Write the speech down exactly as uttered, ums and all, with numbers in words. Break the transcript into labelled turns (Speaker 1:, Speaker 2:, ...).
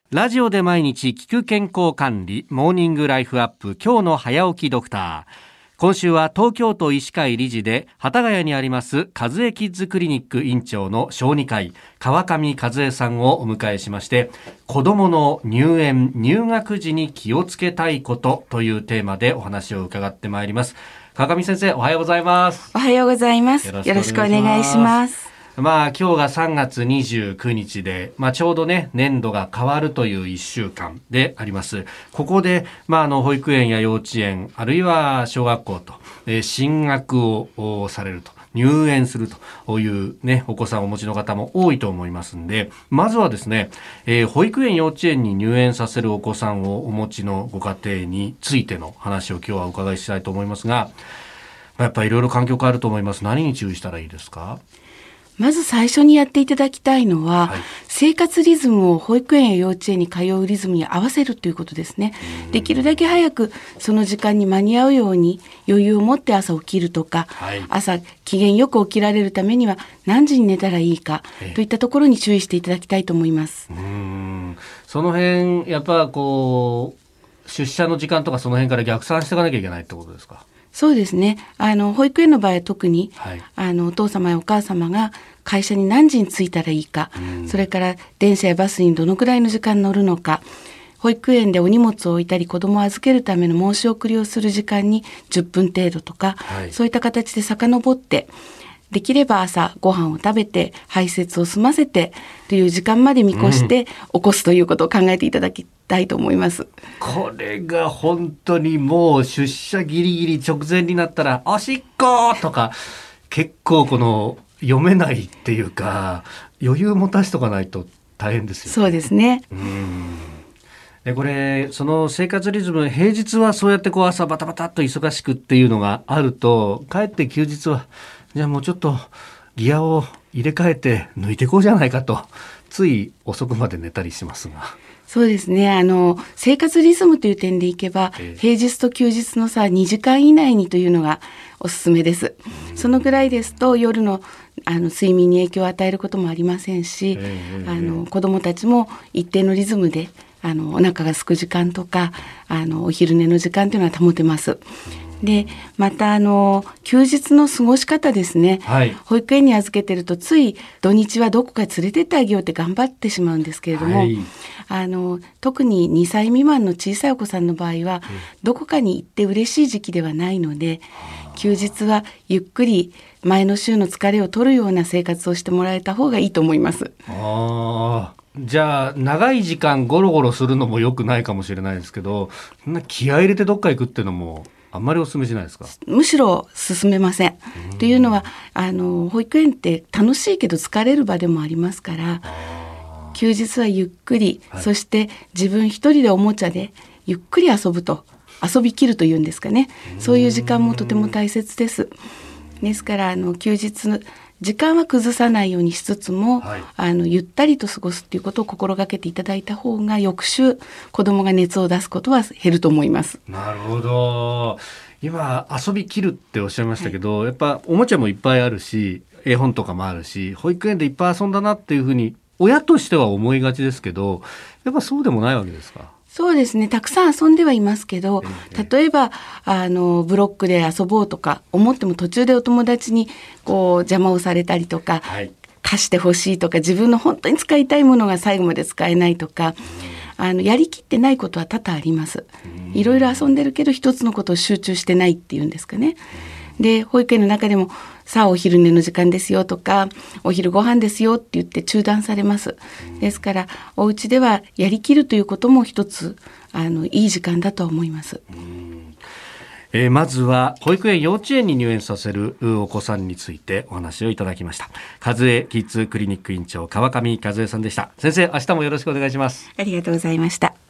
Speaker 1: ラジオで毎日聞く健康管理モーニングライフアップ、今日の早起きドクター。今週は東京都医師会理事で幡ヶ谷にあります和江キッズクリニック院長の小児科医川上和江さんをお迎えしまして、子どもの入園入学時に気をつけたいことというテーマでお話を伺ってまいります。川上先生、おはようございます。
Speaker 2: おはようございます。よろしくお願いします。
Speaker 1: まあ今日がさんがつにじゅうくにちで、まあちょうどね年度が変わるといういっしゅうかんであります。ここでまああの保育園や幼稚園あるいは小学校と、えー、進学をされると、入園するというねお子さんをお持ちの方も多いと思いますんで、まずはですね、えー、保育園幼稚園に入園させるお子さんをお持ちのご家庭についての話を今日はお伺いしたいと思いますが、やっぱりいろいろ環境変わると思います。何に注意したらいいですか？
Speaker 2: まず最初にやっていただきたいのは、はい、生活リズムを保育園や幼稚園に通うリズムに合わせるということですね。できるだけ早くその時間に間に合うように余裕を持って朝起きるとか、はい、朝機嫌よく起きられるためには何時に寝たらいいかといったところに注意していただきたいと思います。
Speaker 1: うーん、その辺やっぱこう出社の時間とかその辺から逆算していかなきゃいけないってことですか？
Speaker 2: そうですね。あの保育園の場合は特に、はい、あのお父様やお母様が会社に何時に着いたらいいか、うん、それから電車やバスにどのくらいの時間乗るのか、保育園でお荷物を置いたり子どもを預けるための申し送りをする時間にじゅっぷん程度とか、はい、そういった形で遡って、できれば朝ご飯を食べて排泄を済ませてという時間まで見越して起こすということを考えていただきたいと思います、うん、
Speaker 1: これが本当にもう出社ギリギリ直前になったらおしっことか結構この読めないっていうか余裕持たしとかないと大変ですよね。
Speaker 2: そうですね。
Speaker 1: うん、でこれその生活リズム、平日はそうやってこう朝バタバタっと忙しくっていうのがあると、かえって休日はじゃあもうちょっとギアを入れ替えて抜いていこうじゃないかと、つい遅くまで寝たりしますが。
Speaker 2: そうですね。あの生活リズムという点でいけば、えー、平日と休日の差にじかん以内にというのがおすすめです。そのぐらいですと夜のあの睡眠に影響を与えることもありませんし、えー、あの子どもたちも一定のリズムであのお腹が空く時間とかあのお昼寝の時間というのは保てます。でまたあの休日の過ごし方ですね、はい、保育園に預けてるとつい土日はどこか連れてってあげようって頑張ってしまうんですけれども、はい、あの特ににさい未満の小さいお子さんの場合は、うん、どこかに行って嬉しい時期ではないので、休日はゆっくり前の週の疲れを取るような生活をしてもらえた方がいいと思います。
Speaker 1: あじゃあ長い時間ゴロゴロするのも良くないかもしれないですけど、そんな気合い入れてどっか行くっていうのもあんまりお勧めしないですか？
Speaker 2: むしろ勧めません。というのはあの保育園って楽しいけど疲れる場でもありますから、休日はゆっくり、はい、そして自分一人でおもちゃでゆっくり遊ぶと、遊びきるというんですかね、そういう時間もとても大切です。ですからあの休日の時間は崩さないようにしつつも、はい、あのゆったりと過ごすということを心がけていただいた方が翌週子どもが熱を出すことは減ると思います。
Speaker 1: なるほど。今遊びきるっておっしゃいましたけど、はい、やっぱおもちゃもいっぱいあるし絵本とかもあるし保育園でいっぱい遊んだなっていうふうに親としては思いがちですけど、やっぱそうでもないわけですか？
Speaker 2: そうですね。たくさん遊んではいますけど、例えばあのブロックで遊ぼうとか思っても途中でお友達にこう邪魔をされたりとか、はい、貸してほしいとか自分の本当に使いたいものが最後まで使えないとか、あのやりきってないことは多々あります。いろいろ遊んでるけど一つのことを集中してないっていうんですかね。で保育園の中でもさあお昼寝の時間ですよとかお昼ご飯ですよって言って中断されます。ですからお家ではやりきるということも一つあのいい時間だと思います。
Speaker 1: うん、えー、まずは保育園幼稚園に入園させるお子さんについてお話をいただきました。和江キッズクリニック院長川上和江さんでした。先生、明日もよろしくお願いします。
Speaker 2: ありがとうございました。